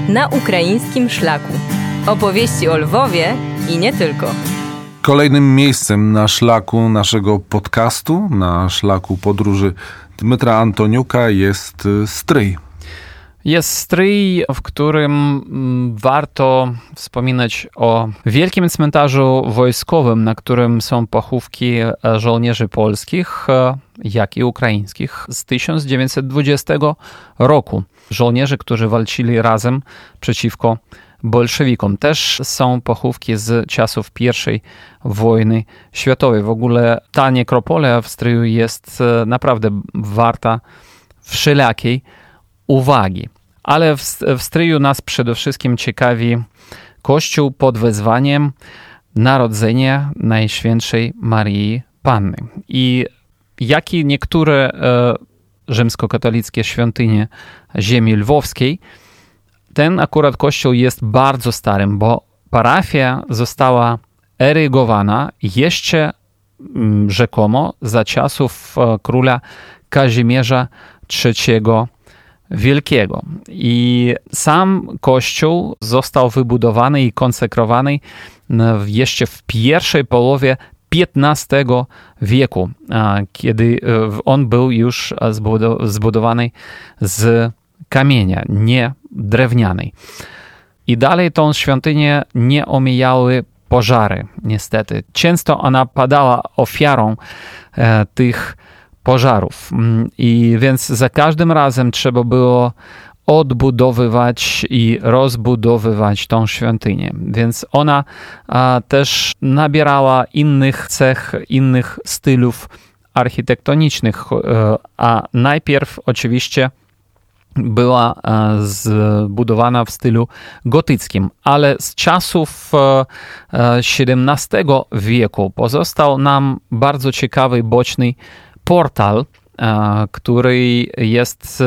na ukraińskim szlaku. Opowieści o Lwowie i nie tylko. Kolejnym miejscem na szlaku naszego podcastu, na szlaku podróży Dmytra Antoniuka jest Stryj. Jest Stryj, w którym warto wspominać o wielkim cmentarzu wojskowym, na którym są pochówki żołnierzy polskich, jak i ukraińskich z 1920 roku. Żołnierzy, którzy walczyli razem przeciwko bolszewikom. Też są pochówki z czasów I wojny światowej. W ogóle ta nekropolia w Stryju jest naprawdę warta wszelakiej uwagi. Ale w Stryju nas przede wszystkim ciekawi kościół pod wezwaniem Narodzenie Najświętszej Maryi Panny. I jak i niektóre rzymskokatolickie świątynie ziemi lwowskiej, ten akurat kościół jest bardzo starym, bo parafia została erygowana jeszcze rzekomo za czasów króla Kazimierza III Wielkiego. I sam kościół został wybudowany i konsekrowany jeszcze w pierwszej połowie XV wieku, kiedy on był już zbudowany z kamienia, nie drewnianej. I dalej tą świątynię nie omijały pożary, niestety. Często ona padała ofiarą tych pożarów. I więc za każdym razem trzeba było odbudowywać i rozbudowywać tą świątynię. Więc ona też nabierała innych cech, innych stylów architektonicznych, a najpierw oczywiście była zbudowana w stylu gotyckim, ale z czasów XVII wieku pozostał nam bardzo ciekawy boczny portal, który jest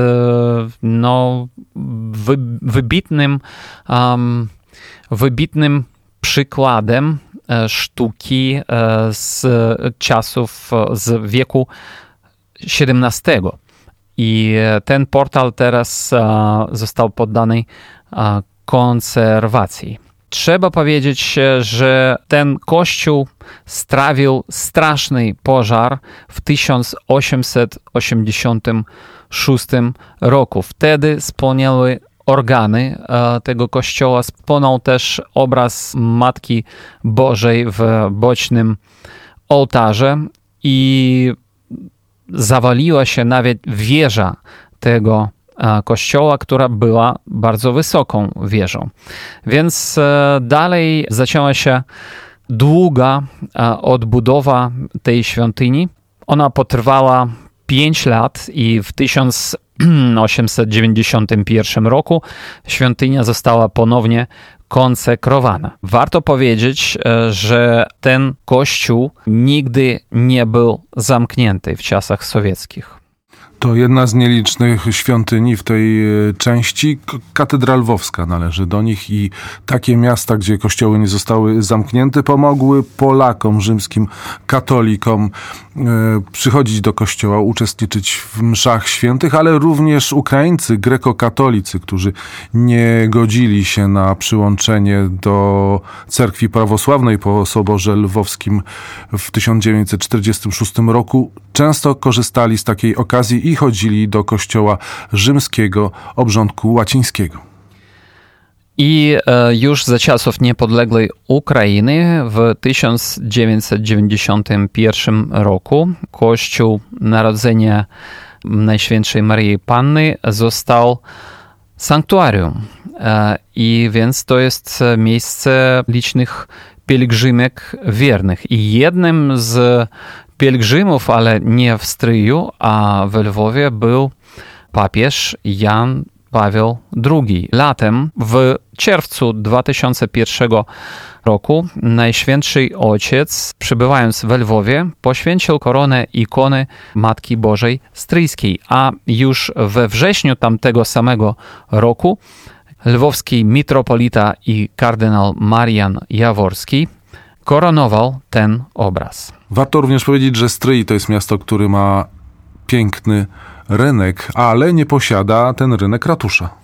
wybitnym przykładem sztuki z czasów z wieku XVII. I ten portal teraz został poddany konserwacji. Trzeba powiedzieć, że ten kościół strawił straszny pożar w 1886 roku. Wtedy spłonęły organy tego kościoła. Spłonął też obraz Matki Bożej w bocznym ołtarze i zawaliła się nawet wieża tego kościoła, która była bardzo wysoką wieżą. Więc dalej zaczęła się długa odbudowa tej świątyni. Ona potrwała 5 lat i w 1891 roku świątynia została ponownie konsekrowana. Warto powiedzieć, że ten kościół nigdy nie był zamknięty w czasach sowieckich. To jedna z nielicznych świątyni w tej części. Katedra Lwowska należy do nich i takie miasta, gdzie kościoły nie zostały zamknięte, pomogły Polakom, rzymskim katolikom przychodzić do kościoła, uczestniczyć w mszach świętych, ale również Ukraińcy, grekokatolicy, którzy nie godzili się na przyłączenie do cerkwi prawosławnej po Soborze Lwowskim w 1946 roku, często korzystali z takiej okazji i chodzili do kościoła rzymskiego obrządku łacińskiego. I już za czasów niepodległej Ukrainy w 1991 roku Kościół Narodzenia Najświętszej Maryi Panny został sanktuarium. I więc to jest miejsce licznych pielgrzymek wiernych. I jednym z pielgrzymów, ale nie w Stryju, a w Lwowie był papież Jan Paweł II. Latem, w czerwcu 2001 roku, Najświętszy Ojciec, przebywając w Lwowie, poświęcił koronę ikony Matki Bożej Stryjskiej, a już we wrześniu tamtego samego roku lwowski mitropolita i kardynał Marian Jaworski koronował ten obraz. Warto również powiedzieć, że Stryj to jest miasto, które ma piękny rynek, ale nie posiada ten rynek ratusza.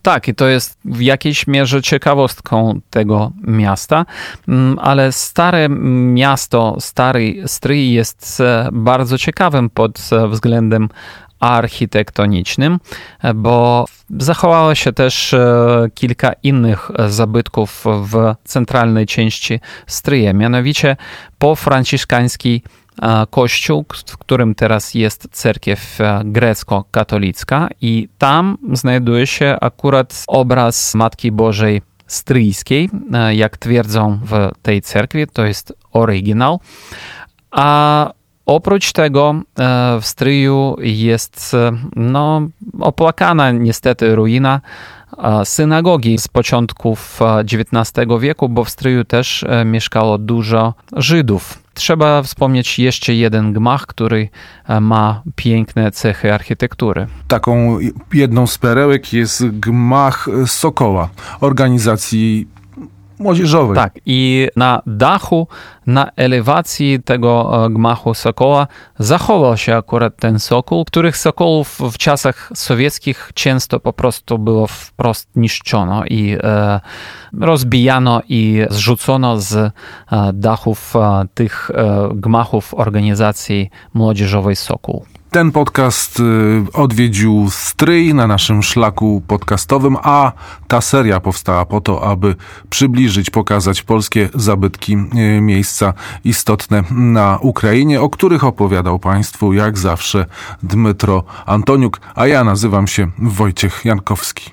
Tak, i to jest w jakiejś mierze ciekawostką tego miasta, ale stare miasto, stary Stryj jest bardzo ciekawym pod względem architektonicznym, bo zachowało się też kilka innych zabytków w centralnej części Stryja, mianowicie pofranciszkański kościół, w którym teraz jest cerkiew grecko-katolicka i tam znajduje się akurat obraz Matki Bożej Stryjskiej, jak twierdzą w tej cerkwi, to jest oryginał, a oprócz tego w Stryju jest opłakana niestety ruina synagogi z początków XIX wieku, bo w Stryju też mieszkało dużo Żydów. Trzeba wspomnieć jeszcze jeden gmach, który ma piękne cechy architektury. Taką jedną z perełek jest gmach Sokoła, organizacji młodzieżowej. Tak, i na dachu, na elewacji tego gmachu Sokoła zachował się akurat ten sokół, których sokołów w czasach sowieckich często po prostu było wprost niszczono i rozbijano i zrzucono z dachów tych gmachów organizacji młodzieżowej Sokół. Ten podcast odwiedził Stryj na naszym szlaku podcastowym, a ta seria powstała po to, aby przybliżyć, pokazać polskie zabytki, miejsca istotne na Ukrainie, o których opowiadał Państwu jak zawsze Dmytro Antoniuk, a ja nazywam się Wojciech Jankowski.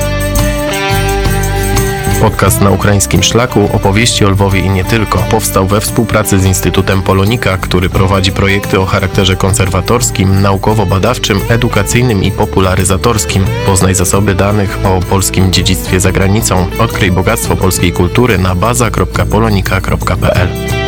Podcast na ukraińskim szlaku, opowieści o Lwowie i nie tylko, powstał we współpracy z Instytutem Polonika, który prowadzi projekty o charakterze konserwatorskim, naukowo-badawczym, edukacyjnym i popularyzatorskim. Poznaj zasoby danych o polskim dziedzictwie za granicą. Odkryj bogactwo polskiej kultury na baza.polonika.pl.